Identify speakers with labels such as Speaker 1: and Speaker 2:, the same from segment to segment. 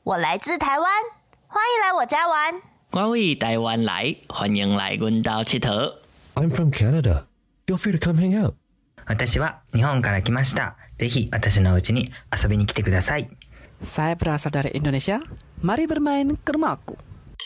Speaker 1: 我来自台湾，欢迎来我家玩。
Speaker 2: 我为台湾来，欢迎来阮家佚佗。
Speaker 3: I'm from Canada. Feel free to come hang out.
Speaker 4: 私は日本から来ました。ぜひ私の家に遊びに来てください。
Speaker 5: Saya berasal dari Indonesia. Mari bermain ke rumahku.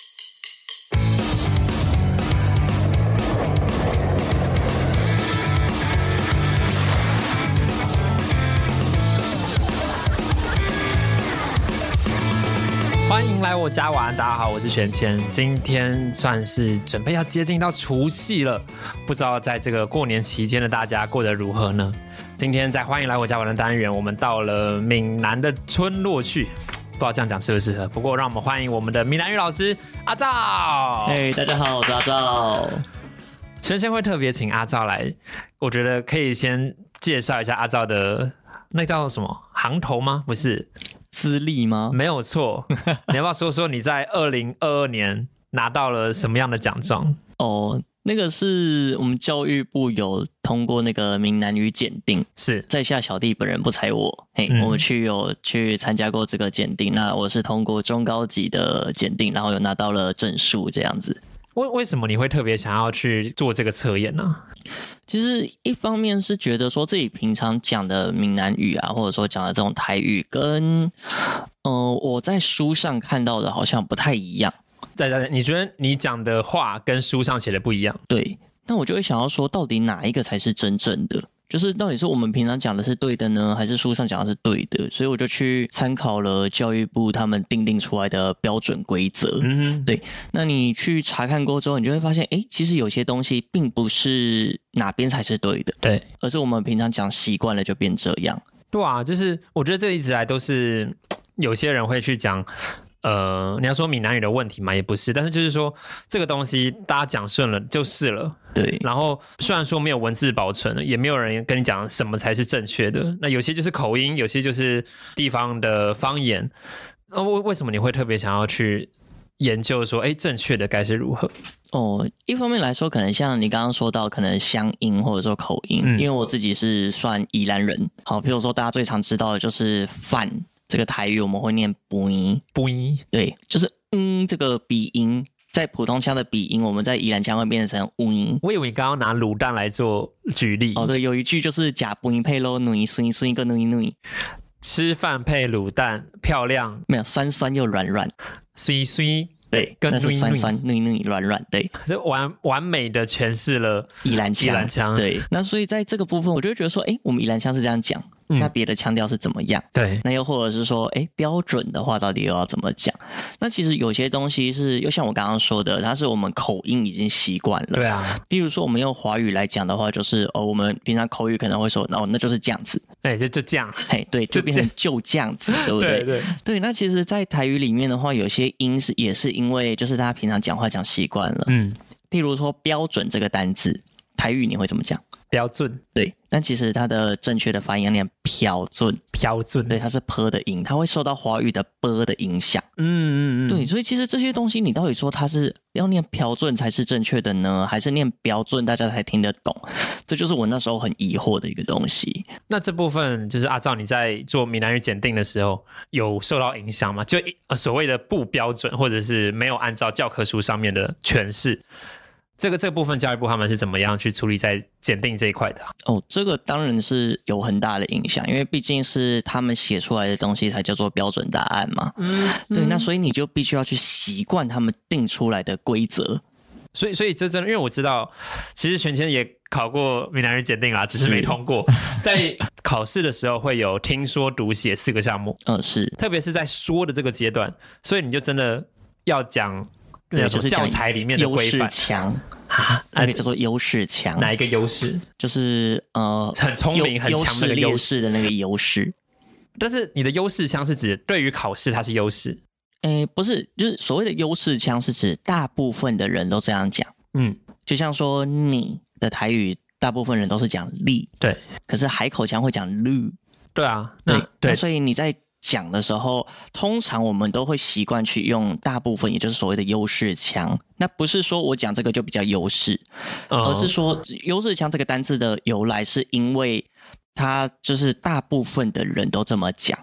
Speaker 6: 欢迎来我家玩，大家好，我是玄谦。今天算是准备要接近到除夕了，不知道在这个过年期间的大家过得如何呢？今天在欢迎来我家玩的单元，我们到了闽南的村落去，不知道这样讲适不适合。不过让我们欢迎我们的闽南语老师阿照。
Speaker 2: 嘿，大家好，我是阿照。
Speaker 6: 玄谦会特别请阿照来，我觉得可以先介绍一下阿照的那叫什么行头吗？不是。
Speaker 2: 资历吗？
Speaker 6: 没有错，你要不要说说你在2022年拿到了什么样的奖状？
Speaker 2: 哦，那个是我们教育部有通过那个闽南语检定，
Speaker 6: 是
Speaker 2: 在下小弟本人不才我，我们有去参加过这个检定，那我是通过中高级的检定，然后有拿到了证书这样子。
Speaker 6: 为什么你会特别想要去做这个测验呢？
Speaker 2: 其实一方面是觉得说自己平常讲的闽南语啊，或者说讲的这种台语跟我在书上看到的好像不太一样。
Speaker 6: 你觉得你讲的话跟书上写的不一样？
Speaker 2: 对，那我就会想要说到底哪一个才是真正的，就是到底是我们平常讲的是对的呢，还是书上讲的是对的？所以我就去参考了教育部他们订定出来的标准规则。对，那你去查看过之后，你就会发现，其实有些东西并不是哪边才是对的，
Speaker 6: 对，
Speaker 2: 而是我们平常讲习惯了就变这样。
Speaker 6: 对啊，就是我觉得这一直来都是有些人会去讲。你要说闽南语的问题嘛，也不是，但是就是说这个东西大家讲顺了就是了，对。然后虽然说没有文字保存，也没有人跟你讲什么才是正确的，那有些就是口音，有些就是地方的方言。为什么你会特别想要去研究说，正确的该是如何？
Speaker 2: 一方面来说，可能像你刚刚说到，可能乡音或者说口音，因为我自己是算宜兰人，好，比如说大家最常知道的就是饭。这个台语我们会念不音，对，就是这个鼻音，在普通腔的鼻音，我们在宜兰腔会变成音。
Speaker 6: 我以为你刚刚拿卤蛋来做举例。
Speaker 2: 对，有一句就是假不音配肉女，酸酸个女女，
Speaker 6: 吃饭配卤蛋，漂亮，
Speaker 2: 没有酸酸又软软，
Speaker 6: 酸酸。
Speaker 2: 对，那是酸酸嫩嫩软软，对，
Speaker 6: 这完美的诠释了
Speaker 2: 宜兰腔。对，那所以在这个部分，我就会觉得说，我们宜兰腔是这样讲，那别的腔调是怎么样？对，那又或者是说，标准的话到底又要怎么讲？那其实有些东西是，又像我刚刚说的，它是我们口音已经习惯了。对啊，比如说我们用华语来讲的话，就是我们平常口语可能会说，那就是这样子，
Speaker 6: 就这样，
Speaker 2: 对，就变成就这样子，对不对？对，那其实，在台语里面的话，有些音也是因为就是大家平常讲话讲习惯了，譬如说标准这个单字，台语你会怎么讲？
Speaker 6: 标准，
Speaker 2: 对，但其实它的正确的发音要念标准，对，它是 p 的音，它会受到华语的 b 的影响。对，所以其实这些东西，你到底说它是要念标准才是正确的呢，还是念标准大家才听得懂？这就是我那时候很疑惑的一个东西。
Speaker 6: 那这部分就是阿照你在做闽南语检定的时候有受到影响吗？就所谓的不标准，或者是没有按照教科书上面的诠释。这个部分教育部他们是怎么样去处理在检定这一块的？
Speaker 2: 这个当然是有很大的影响，因为毕竟是他们写出来的东西才叫做标准答案嘛。对，那所以你就必须要去习惯他们定出来的规则。
Speaker 6: 所以这真的，因为我知道，其实玄谦也考过闽南语检定啦，只是没通过。在考试的时候会有听说读写4个项目，
Speaker 2: 是，
Speaker 6: 特别是在说的这个阶段，所以你就真的要讲。对，就是教材里面的规范。优势强
Speaker 2: 那个叫做优势强。
Speaker 6: 哪一个优势？
Speaker 2: 就是
Speaker 6: 很聪明很强那个优势
Speaker 2: 的那个优势。
Speaker 6: 但是你的优势腔是指对于考试它是优势？
Speaker 2: 不是，就是所谓的优势腔是指大部分的人都这样讲。就像说你的台语大部分人都是讲力，对，可是海口腔会讲绿。对啊，对，那所以你在讲的时候，通常我们都会习惯去用大部分，也就是所谓的优势腔。那不是说我讲这个就比较优势，而是说优势腔这个单字的由来是因为它就是大部分的人都这么讲。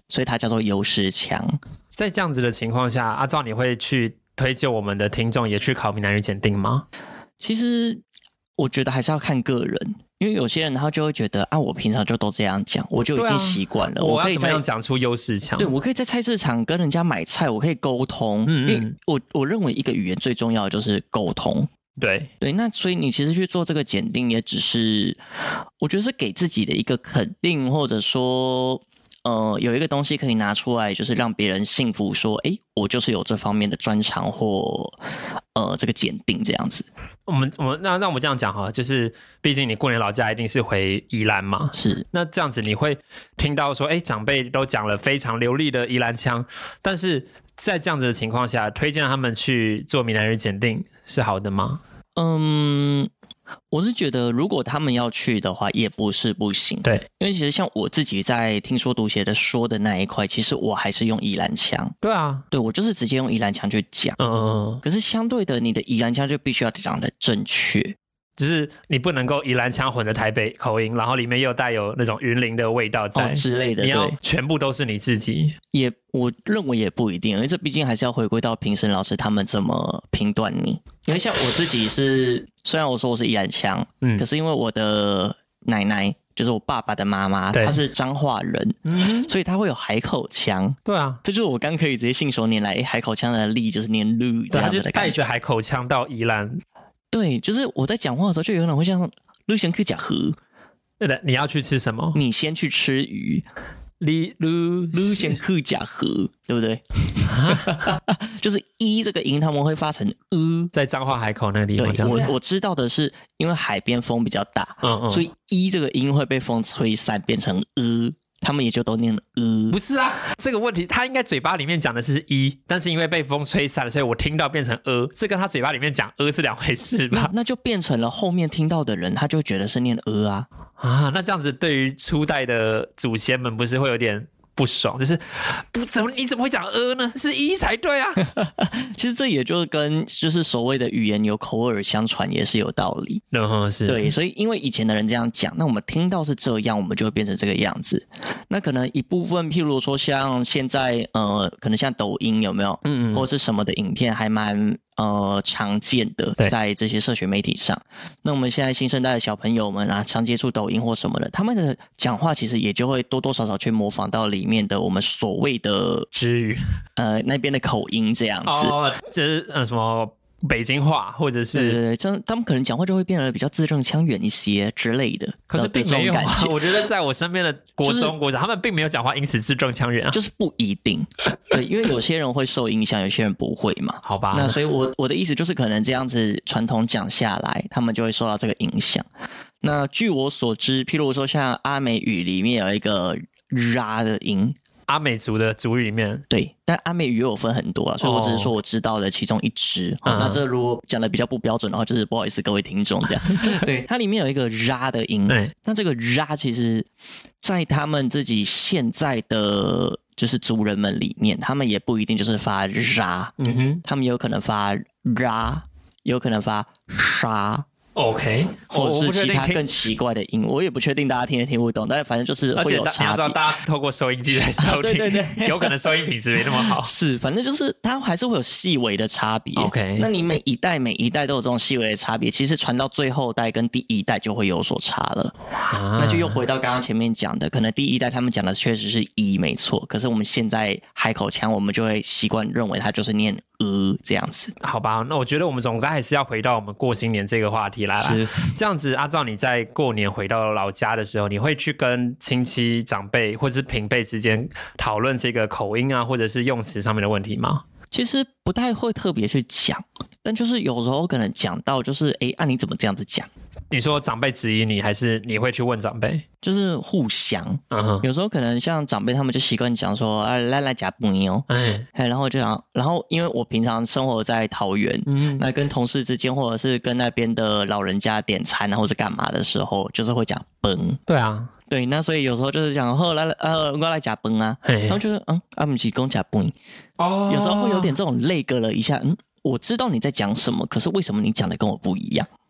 Speaker 2: 所以它叫做优势腔。
Speaker 6: 在这样子的情况下，阿照你会去推荐我们的听众也去考闽南语检定吗？
Speaker 2: 其实我觉得还是要看个人，因为有些人他就会觉得啊，我平常就都这样讲，我就已经习惯了。
Speaker 6: 我要怎么样讲出优势腔？
Speaker 2: 对，我可以在菜市场跟人家买菜，我可以沟通。因为我认为一个语言最重要的就是沟通。
Speaker 6: 对，
Speaker 2: 那所以你其实去做这个检定，也只是我觉得是给自己的一个肯定，或者说有一个东西可以拿出来，就是让别人信服说，哎，我就是有这方面的专长或这个检定这样子。
Speaker 6: 那我们这样讲哈，就是毕竟你过年老家一定是回宜兰嘛，
Speaker 2: 是。
Speaker 6: 那这样子你会听到说，哎，长辈都讲了非常流利的宜兰腔，但是在这样子的情况下，推荐他们去做闽南语检定是好的吗？
Speaker 2: 我是觉得如果他们要去的话也不是不行。
Speaker 6: 对，
Speaker 2: 因为其实像我自己在听说读写的说的那一块，其实我还是用宜兰腔。
Speaker 6: 对啊，
Speaker 2: 对，我就是直接用宜兰腔去讲。可是相对的，你的宜兰腔就必须要讲得正确，
Speaker 6: 就是你不能够宜兰腔混的台北口音，然后里面又带有那种云林的味道在
Speaker 2: 之类的。
Speaker 6: 你要全部都是你自己。
Speaker 2: 我认为也不一定，因为这毕竟还是要回归到评审老师他们怎么评断你。因为像我自己是，虽然我说我是宜兰腔，可是因为我的奶奶就是我爸爸的妈妈，她是彰化人，所以她会有海口腔。
Speaker 6: 对啊，
Speaker 2: 这就是我刚可以直接信手拈来海口腔的力，就是念路这样子的感觉。
Speaker 6: 他就带着海口腔到宜兰。
Speaker 2: 对，就是我在讲话的时候，就有人会像路先去讲河。
Speaker 6: 对的，你要去吃什么？
Speaker 2: 你先去吃鱼。路先去讲河，对不对？就是一这个音他们会发成
Speaker 6: 在彰化海口那个地方。
Speaker 2: 对，我知道的是，因为海边风比较大，所以这个音会被风吹散变成他们也就都念
Speaker 6: 不是啊，这个问题他应该嘴巴里面讲的是但是因为被风吹散了，所以我听到变成这跟他嘴巴里面讲是两回事吧？
Speaker 2: 那就变成了后面听到的人他就觉得是念
Speaker 6: 啊，那这样子对于初代的祖先们不是会有点不爽，就是你怎么会讲呢？是才对啊。
Speaker 2: 其实这也就跟就是所谓的语言有口耳相传也是有道理。
Speaker 6: 是。
Speaker 2: 对，所以因为以前的人这样讲，那我们听到是这样，我们就会变成这个样子。那可能一部分譬如说像现在可能像抖音有没有或者是什么的影片还蛮常见的，在这些社群媒体上。那我们现在新生代的小朋友们啊，常接触抖音或什么的，他们的讲话其实也就会多多少少去模仿到里面的我们所谓的
Speaker 6: 支语，
Speaker 2: 那边的口音这样子。
Speaker 6: 就是什么北京话，或者是
Speaker 2: 对，这样他们可能讲话就会变得比较字正腔圆一些之类的。
Speaker 6: 可是并没有啊，我觉得在我身边的国中国长，他们并没有讲话因此字正腔圆啊，
Speaker 2: 就是不一定。对，因为有些人会受影响，有些人不会嘛。
Speaker 6: 好吧，
Speaker 2: 那所以我的意思就是，可能这样子传统讲下来，他们就会受到这个影响。那据我所知，譬如说像阿美语里面有一个的音。
Speaker 6: 阿美族的族语里面，
Speaker 2: 对，但阿美语又有分很多啊，所以我只是说我知道的其中一支。那这如果讲的比较不标准的话，就是不好意思各位听众这样。对，它里面有一个的音，那这个其实在他们自己现在的就是族人们里面，他们也不一定就是发他们有可能发有可能发沙。
Speaker 6: OK，
Speaker 2: 或者是其他更奇怪的音，我也不确定大家听也听不懂，但是反正就是会有差别。而且你要知道，
Speaker 6: 大家是透过收音机在收听，对，有可能收音品质没那么好。
Speaker 2: 是，反正就是它还是会有细微的差别。
Speaker 6: OK，
Speaker 2: 那你每一代都有这种细微的差别，其实传到最后代跟第一代就会有所差了。那就又回到刚刚前面讲的，可能第一代他们讲的确实是没错，可是我们现在海口腔，我们就会习惯认为它就是念这样子。
Speaker 6: 好吧，那我觉得我们总该还是要回到我们过新年这个话题来。这样子，阿照你在过年回到老家的时候，你会去跟亲戚长辈或者是平辈之间讨论这个口音啊，或者是用词上面的问题吗？
Speaker 2: 其实不太会特别去讲，但就是有时候可能讲到就是你怎么这样子讲？
Speaker 6: 你说长辈质疑你，还是你会去问长辈？
Speaker 2: 就是互相，有时候可能像长辈他们就习惯讲说来夹布哦，然后就讲，然后因为我平常生活在桃园，那跟同事之间或者是跟那边的老人家点餐或者干嘛的时候，就是会讲崩。
Speaker 6: 对啊，
Speaker 2: 对，那所以有时候就是讲我来夹崩啊，然后就是不是讲夹崩，有时候会有点这种累个了一下，我知道你在讲什么，可是为什么你讲的跟我不一样？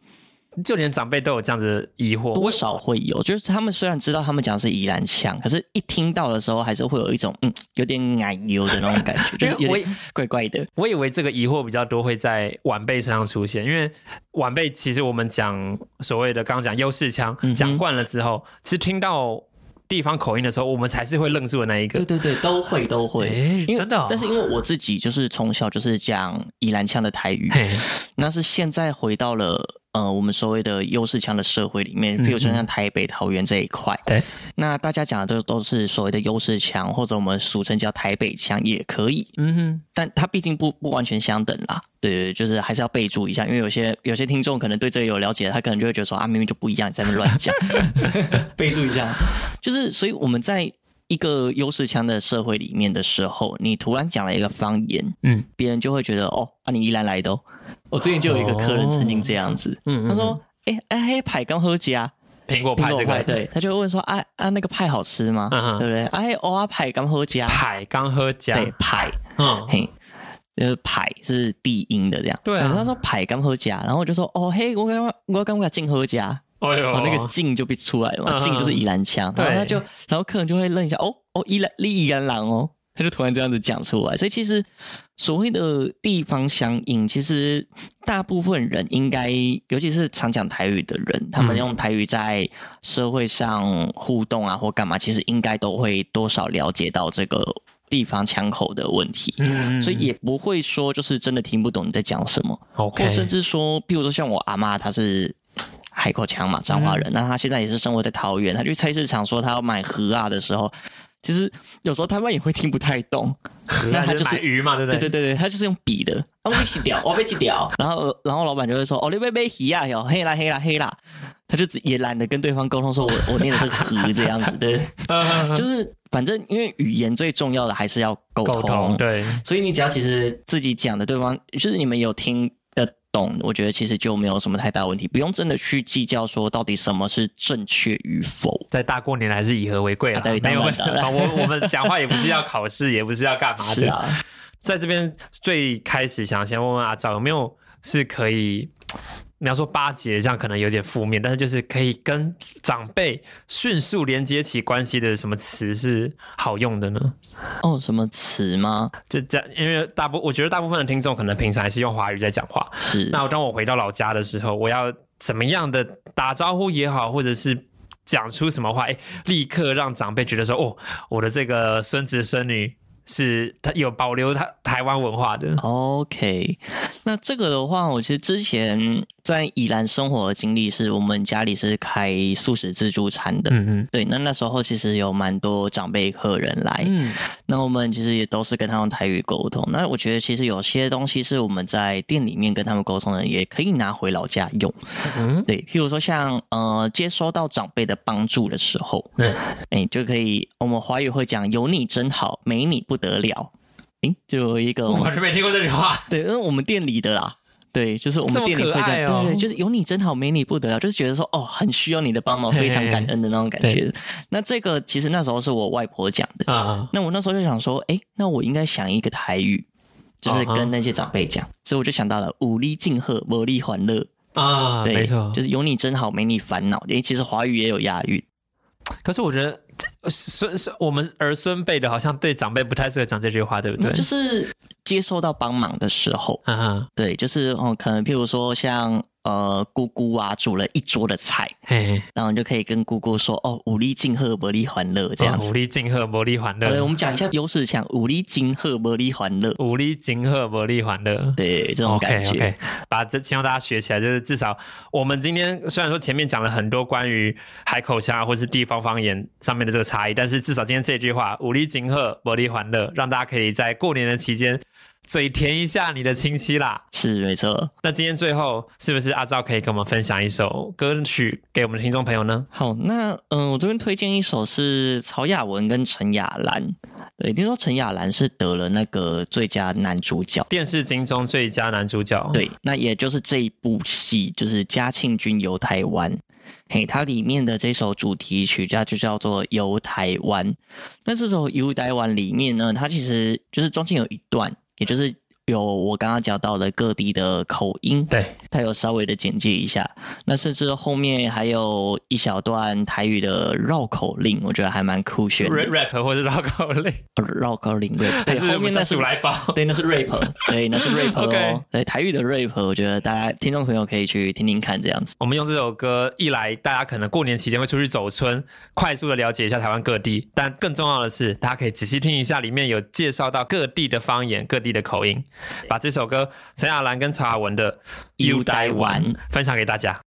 Speaker 6: 就连长辈都有这样子的疑惑，
Speaker 2: 多少会有，就是他们虽然知道他们讲的是宜兰腔，可是一听到的时候还是会有一种有点奶油的那种感觉，就是有点怪怪的。
Speaker 6: 我以为这个疑惑比较多会在晚辈身上出现，因为晚辈其实我们讲所谓的刚刚讲优势腔，讲惯了之后，其实听到地方口音的时候，我们才是会愣住的那一个。
Speaker 2: 对对对，都会，
Speaker 6: 真的
Speaker 2: 但是因为我自己就是从小就是讲宜兰腔的台语，那是现在回到了我们所谓的优势腔的社会里面，譬如说像台北、桃园这一块，
Speaker 6: 对，
Speaker 2: 那大家讲的都是所谓的优势腔，或者我们俗称叫台北腔也可以，但它毕竟不完全相等啦。对，就是还是要备注一下，因为有些听众可能对这个有了解，他可能就会觉得说明明就不一样，你在那乱讲，备注一下。就是所以我们在一个优势腔的社会里面的时候，你突然讲了一个方言，别人就会觉得你宜兰来的哦。我之前就有一个客人曾经这样子，他说派刚喝加
Speaker 6: 苹果派这个，
Speaker 2: 对，他就会问说那个派好吃吗？对不对？派刚喝加，
Speaker 6: 派刚喝加，
Speaker 2: 对派，派是低音的这样，
Speaker 6: 对啊。
Speaker 2: 他说派刚喝加，然后我就说我刚进喝加，那个进就被出来了嘛，进就是宜兰腔，然后客人就会愣一下，宜兰人哦。他就突然这样子讲出来，所以其实所谓的地方乡音，其实大部分人应该，尤其是常讲台语的人，他们用台语在社会上互动啊或干嘛，其实应该都会多少了解到这个地方腔口的问题，所以也不会说就是真的听不懂你在讲什么，或甚至说，譬如说像我阿嬷，她是海口腔嘛，彰化人，那她现在也是生活在桃园，她去菜市场说她要买蚵仔的时候。其实有时候他们也会听不太懂，
Speaker 6: 那他就是鱼嘛，对不对？
Speaker 2: 对，他就是用笔的，我被洗掉，我被洗掉，然后老板就会说，你被鱼啊，哟，黑啦，他就也懒得跟对方沟通，说我念的是鱼这样子的，就是反正因为语言最重要的还是要沟通，
Speaker 6: 对，
Speaker 2: 所以你只要其实自己讲的，对方就是你们有听得懂，我觉得其实就没有什么太大问题，不用真的去计较说到底什么是正确与否。
Speaker 6: 在大过年还是以和为贵啦，
Speaker 2: 对，当然
Speaker 6: 我们讲话也不是要考试，也不是要干嘛的。
Speaker 2: 是啊，
Speaker 6: 在这边最开始想先问问阿昭，有没有是可以？你要说巴结，这样可能有點负面，但是就是可以跟长辈迅速连接起关系的什么词是好用的呢？
Speaker 2: 什么词吗？
Speaker 6: 就这样，因为我觉得大部分的听众可能平常还是用华语在讲话。
Speaker 2: 是。
Speaker 6: 那当我回到老家的时候，我要怎么样的打招呼也好，或者是讲出什么话，立刻让长辈觉得说，我的这个孙子孙女。是他有保留台湾文化的。
Speaker 2: OK， 那这个的话，我其实之前在宜兰生活的经历是，我们家里是开素食自助餐的。对，那时候其实有蛮多长辈客人来，那我们其实也都是跟他们台语沟通。那我觉得其实有些东西是我们在店里面跟他们沟通的，也可以拿回老家用。对，譬如说像接收到长辈的帮助的时候，就可以，我们华语会讲有你真好，没你不得了。就有一个
Speaker 6: 我完全没听过这句话。
Speaker 2: 对，因为我们店里的啦。对，就是我们店里会这样，对，就是有你真好，没你不得了，就是觉得说很需要你的帮忙，非常感恩的那种感觉。那这个其实那时候是我外婆讲的，那我那时候就想说，那我应该想一个台语，就是跟那些长辈讲，所以我就想到了五力敬贺，魔力欢乐
Speaker 6: 啊，
Speaker 2: 对，
Speaker 6: 没错，
Speaker 2: 就是有你真好，没你烦恼。因为其实华语也有押韵，
Speaker 6: 可是我觉得我们儿孙辈的好像对长辈不太适合讲这句话，对不对？
Speaker 2: 就是接受到帮忙的时候，对，就是可能譬如说像姑姑啊煮了一桌的菜，然后你就可以跟姑姑说五力敬贺，魔力欢乐这样子。
Speaker 6: 五力敬贺，魔力欢乐。
Speaker 2: 对，我们讲一下优势腔，五力敬贺，魔力欢乐。
Speaker 6: 五力敬贺，魔力欢乐。
Speaker 2: 对，这种感觉。
Speaker 6: OK， 把这希望大家学起来，就是至少我们今天虽然说前面讲了很多关于海口腔或是地方方言上面的这个差异，但是至少今天这句话五力敬贺，魔力欢乐，让大家可以在过年的期间嘴甜一下你的亲戚啦。
Speaker 2: 是，没错。
Speaker 6: 那今天最后是不是阿昭可以跟我们分享一首歌曲给我们的听众朋友呢？
Speaker 2: 好，那我这边推荐一首是曹雅文跟陈雅兰。对，听说陈雅兰是得了那个最佳男主角，
Speaker 6: 电视金钟最佳男主角。
Speaker 2: 对，那也就是这一部戏，就是嘉庆君游台湾。它里面的这首主题曲就叫做《游台湾》。那这首《游台湾》里面呢，它其实就是中间有一段，也就是有我刚刚讲到的各地的口音，
Speaker 6: 对，
Speaker 2: 他有稍微的简介一下。那甚至后面还有一小段台语的绕口令，我觉得还蛮酷炫的。
Speaker 6: rap 或是绕口令，
Speaker 2: 绕口令 rap， 对，后面那是
Speaker 6: 来宝，
Speaker 2: 对，那是 rap， 对，那是 rap 哦。
Speaker 6: okay.
Speaker 2: 对，台语的 rap， 我觉得大家听众朋友可以去听听看，这样子。
Speaker 6: 我们用这首歌一来，大家可能过年期间会出去走春，快速的了解一下台湾各地，但更重要的是，大家可以仔细听一下，里面有介绍到各地的方言、各地的口音，把这首歌陈亚兰跟曹雅文的《You 台湾》分享给大家。